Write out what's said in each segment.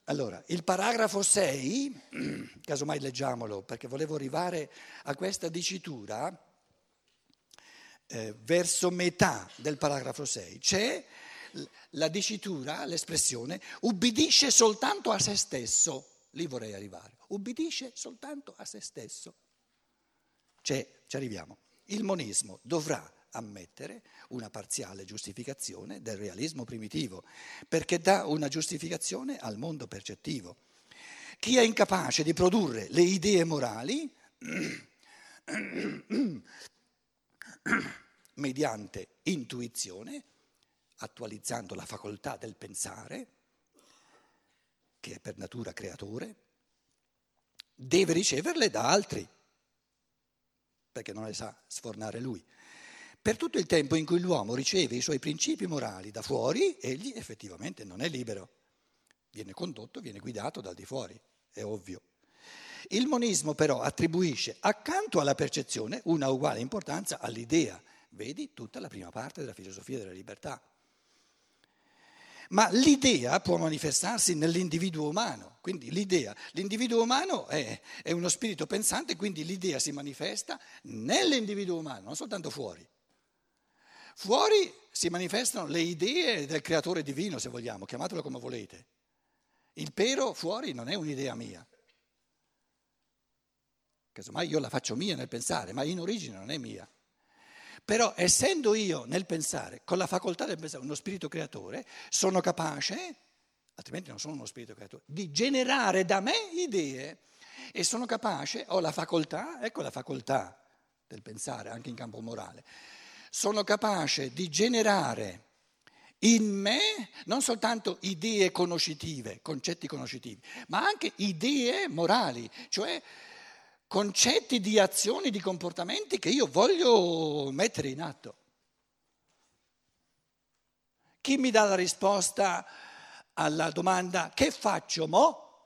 Allora, il paragrafo 6, casomai leggiamolo perché volevo arrivare a questa dicitura, verso metà del paragrafo 6 c'è la dicitura, l'espressione, ubbidisce soltanto a se stesso, lì vorrei arrivare, ubbidisce soltanto a se stesso. Ci arriviamo. Il monismo dovrà ammettere una parziale giustificazione del realismo primitivo, perché dà una giustificazione al mondo percettivo. Chi è incapace di produrre le idee morali mediante intuizione, attualizzando la facoltà del pensare, che è per natura creatore, deve riceverle da altri, perché non le sa sfornare lui. Per tutto il tempo in cui l'uomo riceve i suoi principi morali da fuori, egli effettivamente non è libero. Viene condotto, viene guidato dal di fuori, è ovvio. Il monismo però attribuisce accanto alla percezione una uguale importanza all'idea. Vedi tutta la prima parte della filosofia della libertà. Ma l'idea può manifestarsi nell'individuo umano, quindi l'individuo umano è uno spirito pensante, quindi l'idea si manifesta nell'individuo umano, non soltanto fuori. Fuori si manifestano le idee del creatore divino, se vogliamo, chiamatelo come volete. Il pero fuori non è un'idea mia. Casomai io la faccio mia nel pensare, ma in origine non è mia. Però essendo io nel pensare, con la facoltà del pensare, uno spirito creatore, sono capace, altrimenti non sono uno spirito creatore, di generare da me idee e sono capace, ho la facoltà, ecco la facoltà del pensare anche in campo morale, sono capace di generare in me non soltanto idee conoscitive, concetti conoscitivi, ma anche idee morali, cioè concetti di azioni, di comportamenti che io voglio mettere in atto. Chi mi dà la risposta alla domanda che faccio mo?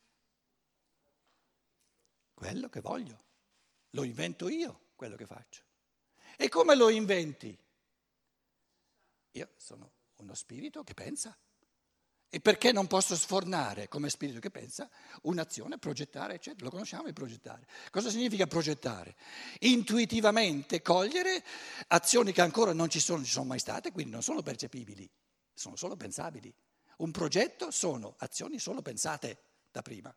Quello che voglio. Lo invento io, quello che faccio. E come lo inventi? Io sono uno spirito che pensa. E perché non posso sfornare come spirito che pensa un'azione, progettare, eccetera? Lo conosciamo il progettare. Cosa significa progettare? Intuitivamente cogliere azioni che ancora non ci sono mai state, quindi non sono percepibili, sono solo pensabili. Un progetto sono azioni solo pensate da prima.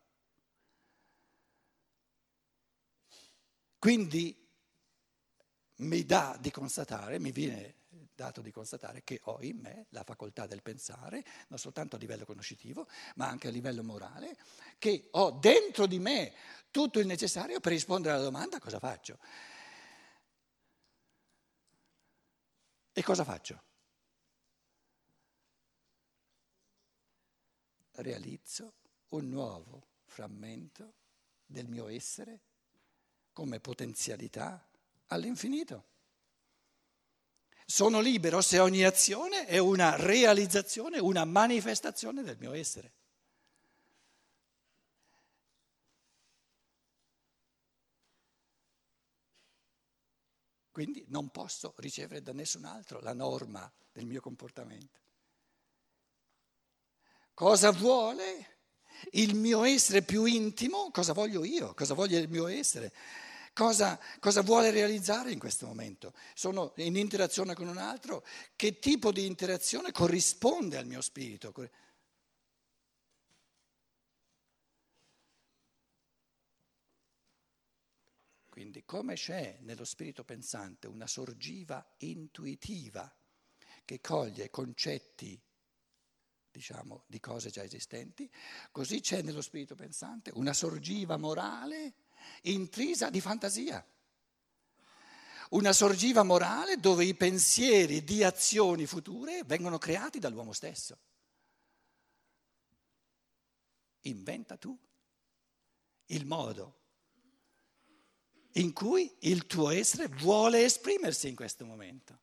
Quindi mi viene dato di constatare che ho in me la facoltà del pensare, non soltanto a livello conoscitivo, ma anche a livello morale, che ho dentro di me tutto il necessario per rispondere alla domanda cosa faccio. E cosa faccio? Realizzo un nuovo frammento del mio essere come potenzialità all'infinito. Sono libero se ogni azione è una realizzazione, una manifestazione del mio essere. Quindi non posso ricevere da nessun altro la norma del mio comportamento. Cosa vuole il mio essere più intimo? Cosa voglio io? Cosa voglio il mio essere? Cosa vuole realizzare in questo momento? Sono in interazione con un altro? Che tipo di interazione corrisponde al mio spirito? Quindi come c'è nello spirito pensante una sorgiva intuitiva che coglie concetti, diciamo, di cose già esistenti, così c'è nello spirito pensante una sorgiva morale intrisa di fantasia, una sorgiva morale dove i pensieri di azioni future vengono creati dall'uomo stesso. Inventa tu il modo in cui il tuo essere vuole esprimersi in questo momento.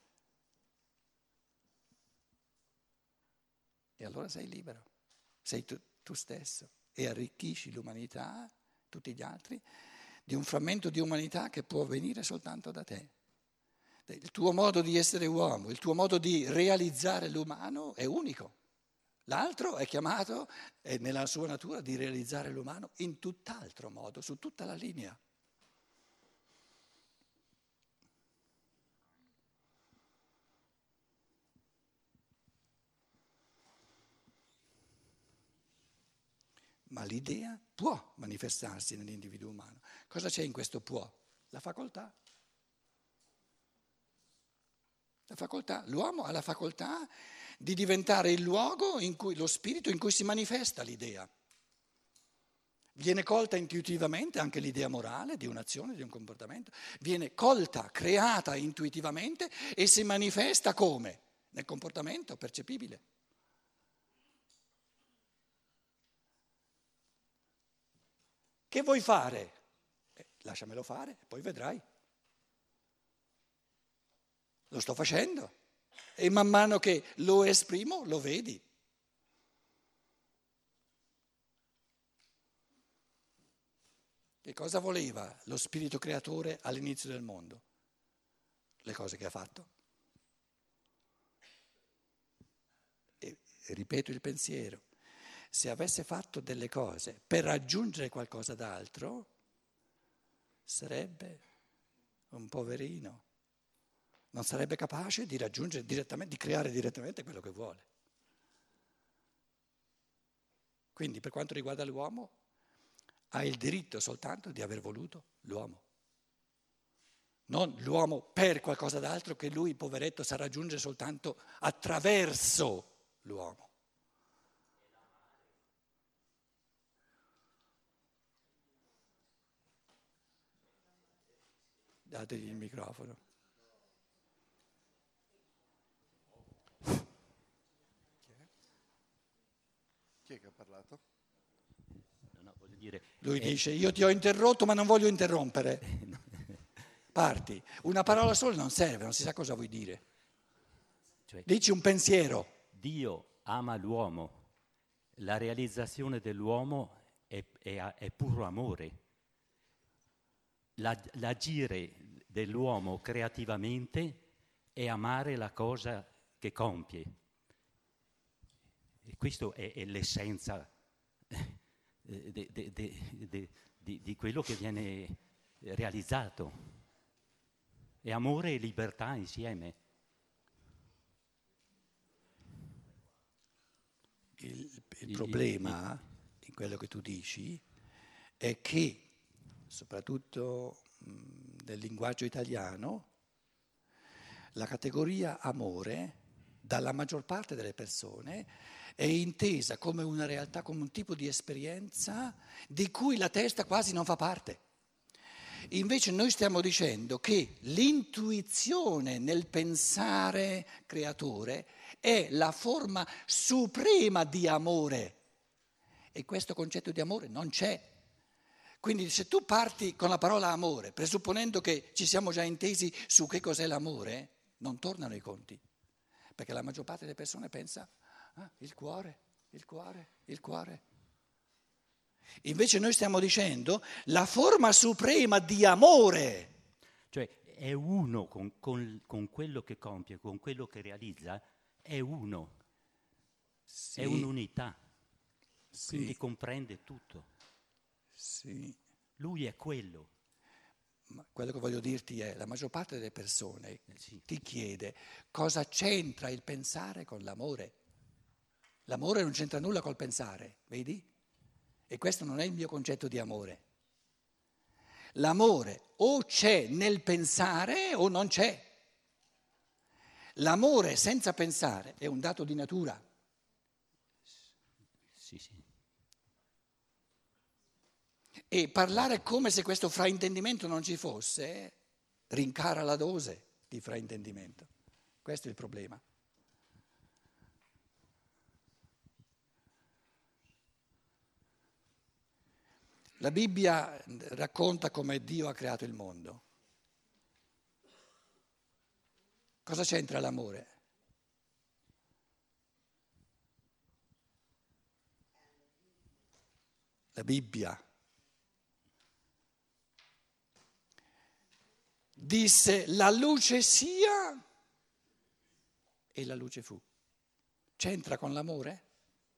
E allora sei libero, sei tu stesso e arricchisci l'umanità, tutti gli altri, di un frammento di umanità che può venire soltanto da te. Il tuo modo di essere uomo, il tuo modo di realizzare l'umano è unico. L'altro è chiamato, è nella sua natura, di realizzare l'umano in tutt'altro modo, su tutta la linea. Ma l'idea può manifestarsi nell'individuo umano. Cosa c'è in questo può? La facoltà. La facoltà. L'uomo ha la facoltà di diventare il luogo in cui, lo spirito in cui si manifesta l'idea. Viene colta intuitivamente anche l'idea morale di un'azione, di un comportamento, viene colta, creata intuitivamente e si manifesta come? Nel comportamento percepibile. Che vuoi fare? Lasciamelo fare, poi vedrai. Lo sto facendo e man mano che lo esprimo lo vedi. Che cosa voleva lo spirito creatore all'inizio del mondo? Le cose che ha fatto. E ripeto il pensiero. Se avesse fatto delle cose per raggiungere qualcosa d'altro, sarebbe un poverino. Non sarebbe capace di raggiungere direttamente, di creare direttamente quello che vuole. Quindi per quanto riguarda l'uomo, ha il diritto soltanto di aver voluto l'uomo. Non l'uomo per qualcosa d'altro che lui, poveretto, sa raggiungere soltanto attraverso l'uomo. Dategli il microfono. Chi è che ha parlato? No, voglio dire, Lui dice, io ti ho interrotto ma non voglio interrompere. Parti. Una parola sola non serve, non si sa cosa vuoi dire. cioè, Dici un pensiero. Dio ama l'uomo, la realizzazione dell'uomo è puro amore. L'agire dell'uomo creativamente è amare la cosa che compie. E questo è l'essenza di quello che viene realizzato. È amore e libertà insieme. Il problema, in quello che tu dici, è che, soprattutto nel linguaggio italiano, la categoria amore, dalla maggior parte delle persone, è intesa come una realtà, come un tipo di esperienza di cui la testa quasi non fa parte. Invece noi stiamo dicendo che l'intuizione nel pensare creatore è la forma suprema di amore e questo concetto di amore non c'è. Quindi se tu parti con la parola amore, presupponendo che ci siamo già intesi su che cos'è l'amore, non tornano i conti, perché la maggior parte delle persone pensa il cuore, il cuore, il cuore. Invece noi stiamo dicendo la forma suprema di amore. Cioè è uno con quello che compie, con quello che realizza, è uno, Sì, è un'unità, sì, quindi comprende tutto. sì. Lui è quello. Ma quello che voglio dirti è, la maggior parte delle persone Sì. ti chiede cosa c'entra il pensare con l'amore. L'amore non c'entra nulla col pensare, vedi? E questo non è il mio concetto di amore. L'amore o c'è nel pensare o non c'è. L'amore senza pensare è un dato di natura. Sì, sì. E parlare come se questo fraintendimento non ci fosse rincara la dose di fraintendimento. Questo è il problema. La Bibbia racconta come Dio ha creato il mondo. Cosa c'entra l'amore? La Bibbia disse la luce sia e la luce fu. C'entra con l'amore?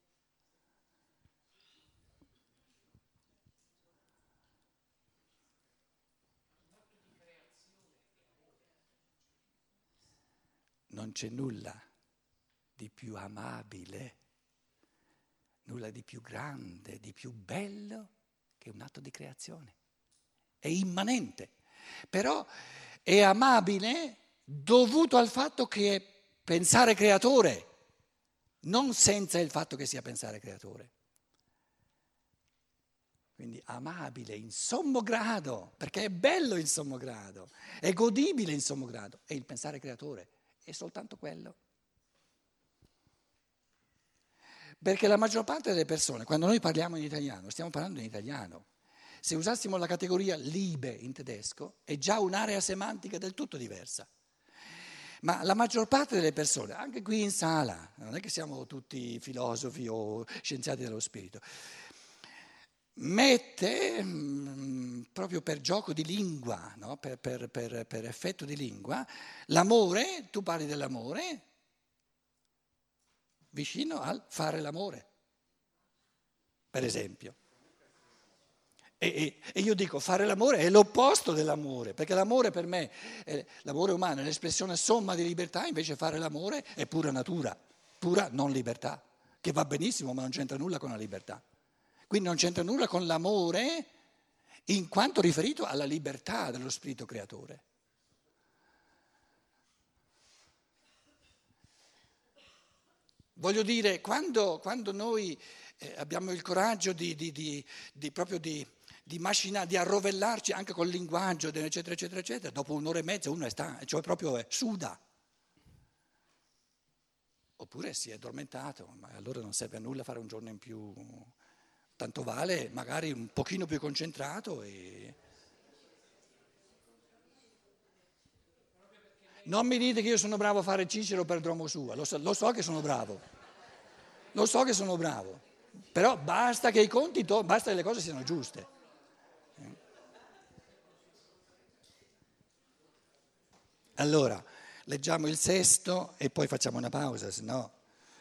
non c'è nulla di più amabile, nulla di più grande, di più bello che un atto di creazione. È immanente, però è amabile dovuto al fatto che è pensare creatore, non senza il fatto che sia pensare creatore. Quindi amabile in sommo grado, perché è bello in sommo grado, è godibile in sommo grado, è il pensare creatore, è soltanto quello. Perché la maggior parte delle persone, quando noi parliamo in italiano, stiamo parlando in italiano. Se usassimo la categoria Liebe in tedesco, è già un'area semantica del tutto diversa. Ma la maggior parte delle persone, anche qui in sala, non è che siamo tutti filosofi o scienziati dello spirito, mette proprio per gioco di lingua, no? per effetto di lingua, l'amore, tu parli dell'amore, vicino al fare l'amore, per esempio. E io dico, fare l'amore è l'opposto dell'amore, perché l'amore per me, l'amore umano è l'espressione somma di libertà, invece fare l'amore è pura natura, pura non libertà, che va benissimo ma non c'entra nulla con la libertà. Quindi non c'entra nulla con l'amore in quanto riferito alla libertà dello spirito creatore. Voglio dire, quando noi abbiamo il coraggio di arrovellarci anche col linguaggio, eccetera, eccetera, eccetera, dopo un'ora e mezza uno cioè proprio suda. Oppure si è addormentato, ma allora non serve a nulla fare un giorno in più, tanto vale magari un pochino più concentrato e... Non mi dite che io sono bravo a fare Cicero per Dromo Sua, lo so che sono bravo, però basta che i conti, basta che le cose siano giuste. Allora, leggiamo il sesto e poi facciamo una pausa, se no...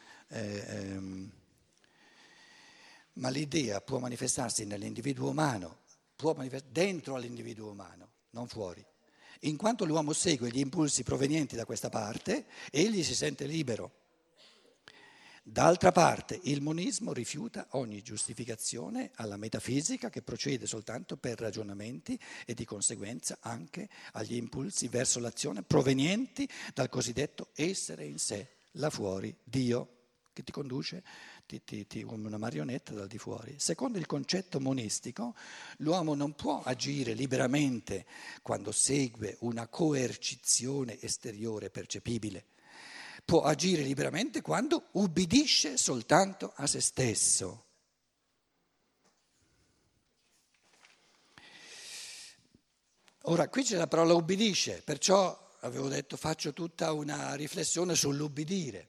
ma l'idea può manifestarsi nell'individuo umano, dentro all'individuo umano, non fuori. In quanto l'uomo segue gli impulsi provenienti da questa parte, egli si sente libero. D'altra parte, il monismo rifiuta ogni giustificazione alla metafisica che procede soltanto per ragionamenti e di conseguenza anche agli impulsi verso l'azione provenienti dal cosiddetto essere in sé, là fuori, Dio, che ti conduce come una marionetta dal di fuori. Secondo il concetto monistico, l'uomo non può agire liberamente quando segue una coercizione esteriore percepibile. Può agire liberamente quando ubbidisce soltanto a se stesso. Ora, qui c'è la parola ubbidisce, perciò avevo detto faccio tutta una riflessione sull'ubbidire.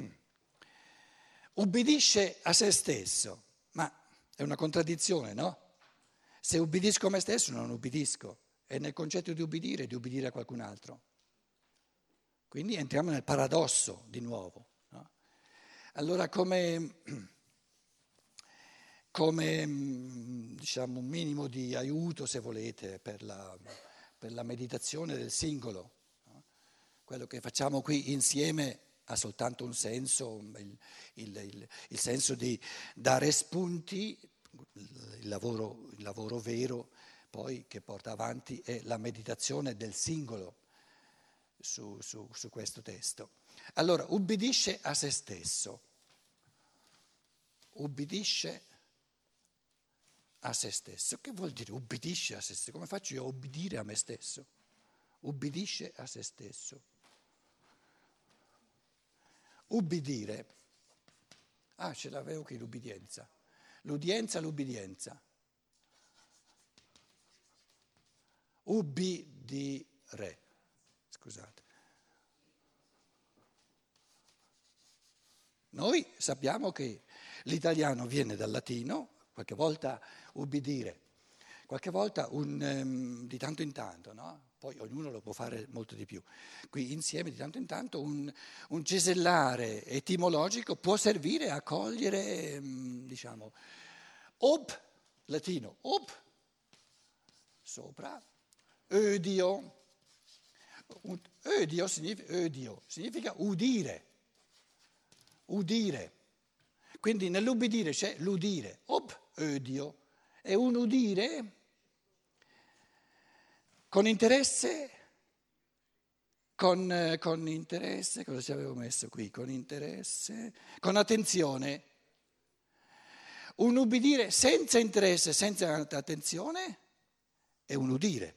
Ubbidisce a se stesso, ma è una contraddizione, no? Se ubbidisco a me stesso non ubbidisco, è nel concetto di ubbidire a qualcun altro. Quindi entriamo nel paradosso di nuovo. No? Allora come diciamo, un minimo di aiuto, se volete, per la meditazione del singolo, no? Quello che facciamo qui insieme ha soltanto un senso, il senso di dare spunti, il lavoro vero poi che porta avanti è la meditazione del singolo su questo testo. Allora, ubbidisce a se stesso, ubbidisce a se stesso. Che vuol dire ubbidisce a se stesso? Come faccio io a ubbidire a me stesso? Ubbidisce a se stesso. Ubbidire. Ce l'avevo qui l'ubbidienza. L'ubbidienza. Ubbidire. Scusate. Noi sappiamo che l'italiano viene dal latino, qualche volta ubbidire, qualche volta di tanto in tanto, no? Poi ognuno lo può fare molto di più. Qui insieme di tanto in tanto un cesellare etimologico può servire a cogliere, diciamo, ob, latino, ob, sopra, odio. Ödio significa udire, udire. Quindi nell'ubbidire c'è l'udire, ödio, è un udire con interesse, con interesse, cosa ci avevo messo qui? Con interesse, con attenzione. Un ubbidire senza interesse, senza attenzione è un udire.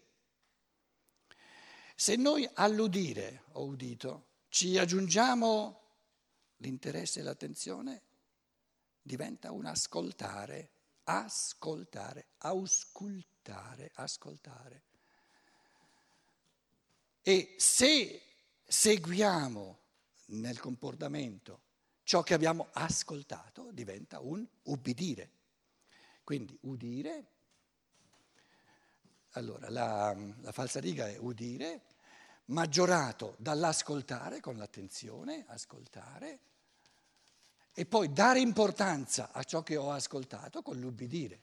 Se noi all'udire, ho udito, ci aggiungiamo l'interesse e l'attenzione, diventa un ascoltare, ascoltare, auscultare, ascoltare. E se seguiamo nel comportamento ciò che abbiamo ascoltato, diventa un ubbidire. Quindi udire, allora la falsariga è udire, maggiorato dall'ascoltare con l'attenzione, ascoltare, e poi dare importanza a ciò che ho ascoltato con l'ubbidire.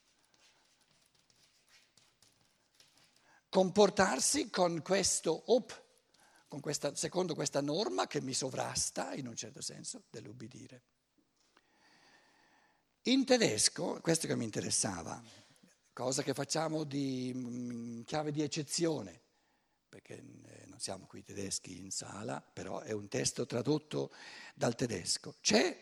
Comportarsi con questo secondo questa norma che mi sovrasta, in un certo senso, dell'ubbidire. In tedesco, questo che mi interessava, cosa che facciamo in chiave di eccezione, perché non siamo qui tedeschi in sala, però è un testo tradotto dal tedesco. C'è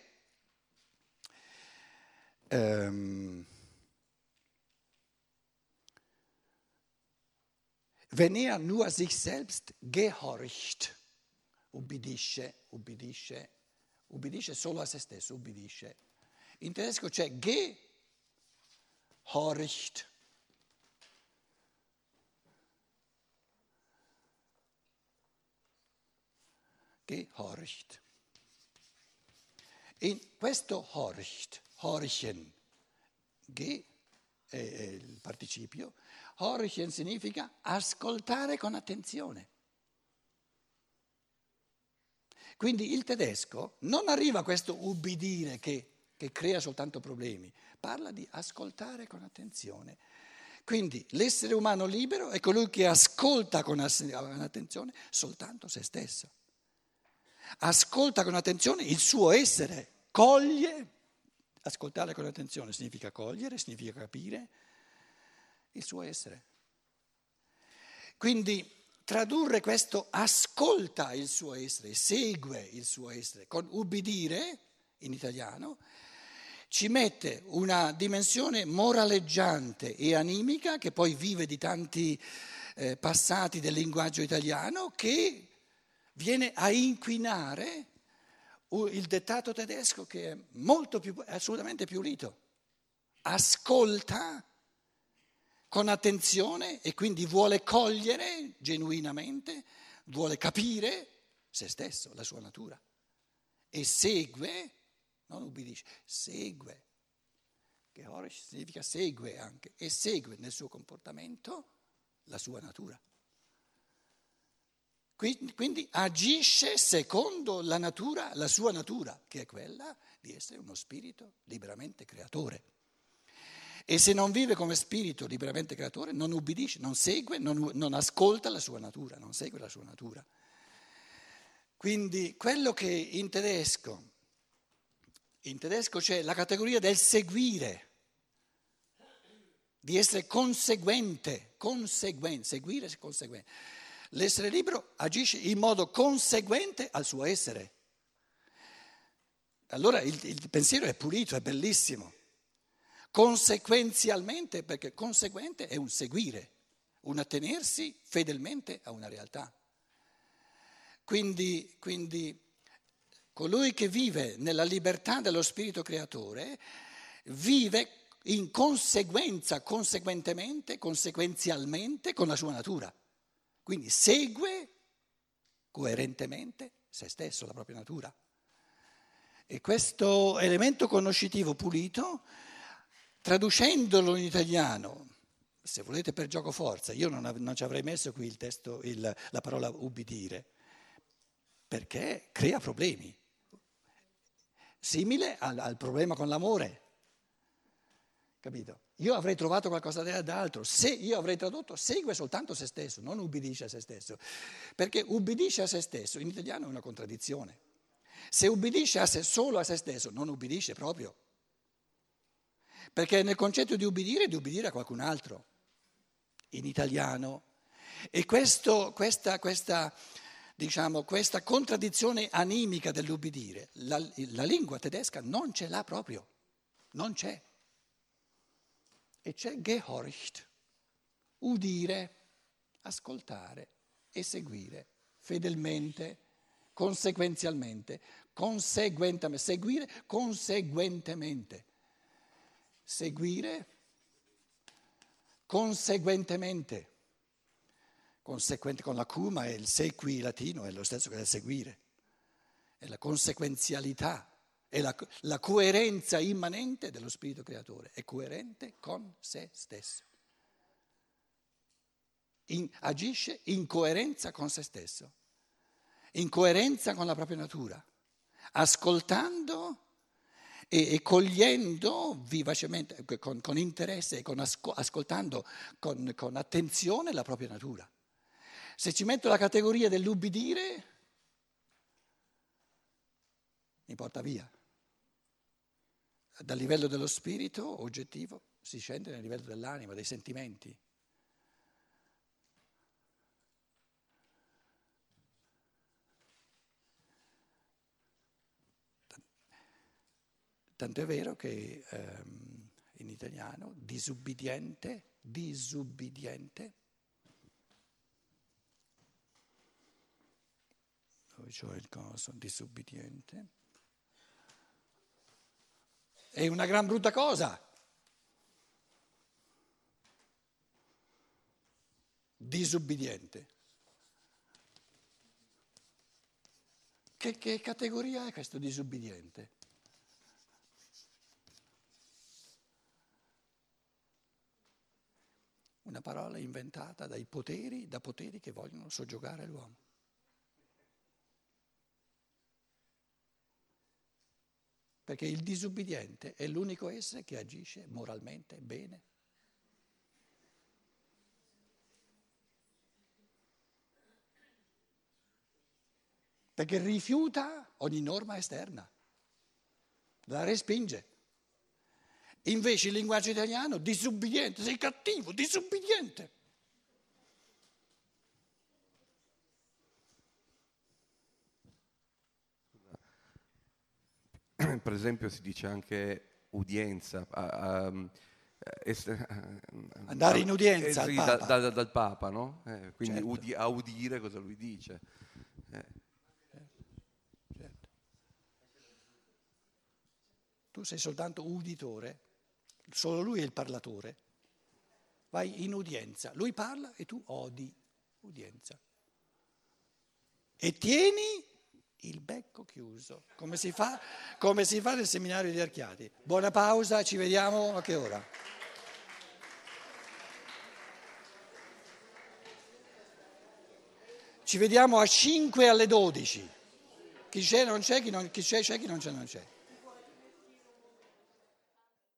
wenn er nur sich selbst gehorcht, ubbidisce solo a se stesso, ubbidisce. In tedesco c'è gehorcht. Gehorcht. In questo horchen, ge è il participio, horchen significa ascoltare con attenzione. Quindi il tedesco non arriva a questo ubbidire che crea soltanto problemi, parla di ascoltare con attenzione. Quindi l'essere umano libero è colui che ascolta con attenzione soltanto se stesso. Ascolta con attenzione il suo essere, coglie, ascoltare con attenzione significa cogliere, significa capire il suo essere. Quindi tradurre questo ascolta il suo essere, segue il suo essere, con ubbidire in italiano, ci mette una dimensione moraleggiante e animica che poi vive di tanti passati del linguaggio italiano che viene a inquinare il dettato tedesco che è assolutamente più pulito. Ascolta con attenzione e quindi vuole cogliere genuinamente, vuole capire se stesso, la sua natura. E segue, non ubbidisce, segue. Gehorch significa segue anche, e segue nel suo comportamento la sua natura. Quindi agisce secondo la natura, la sua natura, che è quella di essere uno spirito liberamente creatore. E se non vive come spirito liberamente creatore, non ubbidisce, non segue, non ascolta la sua natura, non segue la sua natura. Quindi quello che in tedesco c'è la categoria del seguire, di essere conseguente, seguire è conseguente. L'essere libero agisce in modo conseguente al suo essere. Allora il pensiero è pulito, è bellissimo. Conseguenzialmente, perché conseguente è un seguire, un attenersi fedelmente a una realtà. Quindi colui che vive nella libertà dello spirito creatore vive in conseguenza, conseguentemente, conseguenzialmente con la sua natura. Quindi segue coerentemente se stesso, la propria natura. E questo elemento conoscitivo pulito, traducendolo in italiano, se volete per giocoforza, io non ci avrei messo qui il testo, la parola ubbidire, perché crea problemi. Simile al problema con l'amore, capito? Io avrei trovato qualcosa d'altro, se io avrei tradotto segue soltanto se stesso, non ubbidisce a se stesso, perché ubbidisce a se stesso in italiano è una contraddizione. Se ubbidisce solo a se stesso, non ubbidisce proprio, perché nel concetto di ubbidire a qualcun altro, in italiano. E questa contraddizione animica dell'ubbidire, la lingua tedesca non ce l'ha proprio, non c'è. E c'è gehorcht, udire, ascoltare e seguire fedelmente, conseguenzialmente, seguire conseguentemente, seguire conseguentemente, conseguente con la Q, ma il sequi latino è lo stesso che il seguire, è la conseguenzialità. È la coerenza immanente dello spirito creatore, è coerente con se stesso. Agisce in coerenza con se stesso, in coerenza con la propria natura, ascoltando e cogliendo vivacemente, con interesse e ascoltando con attenzione la propria natura. Se ci metto la categoria dell'ubbidire, mi porta via. Dal livello dello spirito oggettivo si scende nel livello dell'anima, dei sentimenti. Tanto è vero che in italiano disubbidiente, dove c'ho il coso, disubbidiente, è una gran brutta cosa. Disubbidiente. Che categoria è questo disubbidiente? Una parola inventata da poteri che vogliono soggiogare l'uomo. Perché il disubbidiente è l'unico essere che agisce moralmente bene. Perché rifiuta ogni norma esterna, la respinge. Invece il linguaggio italiano, disubbidiente, sei cattivo, disubbidiente. Per esempio si dice anche udienza. Andare in udienza al sì, Papa. dal Papa, no? Quindi Certo. a udire cosa lui dice. Certo. Tu sei soltanto uditore, solo lui è il parlatore. Vai in udienza, lui parla e tu odi, udienza. E tieni il becco chiuso, come si fa nel seminario di Archiati. Buona pausa, ci vediamo a che ora? Ci vediamo a 5 alle 12. Chi c'è non c'è, chi c'è, chi non c'è non c'è.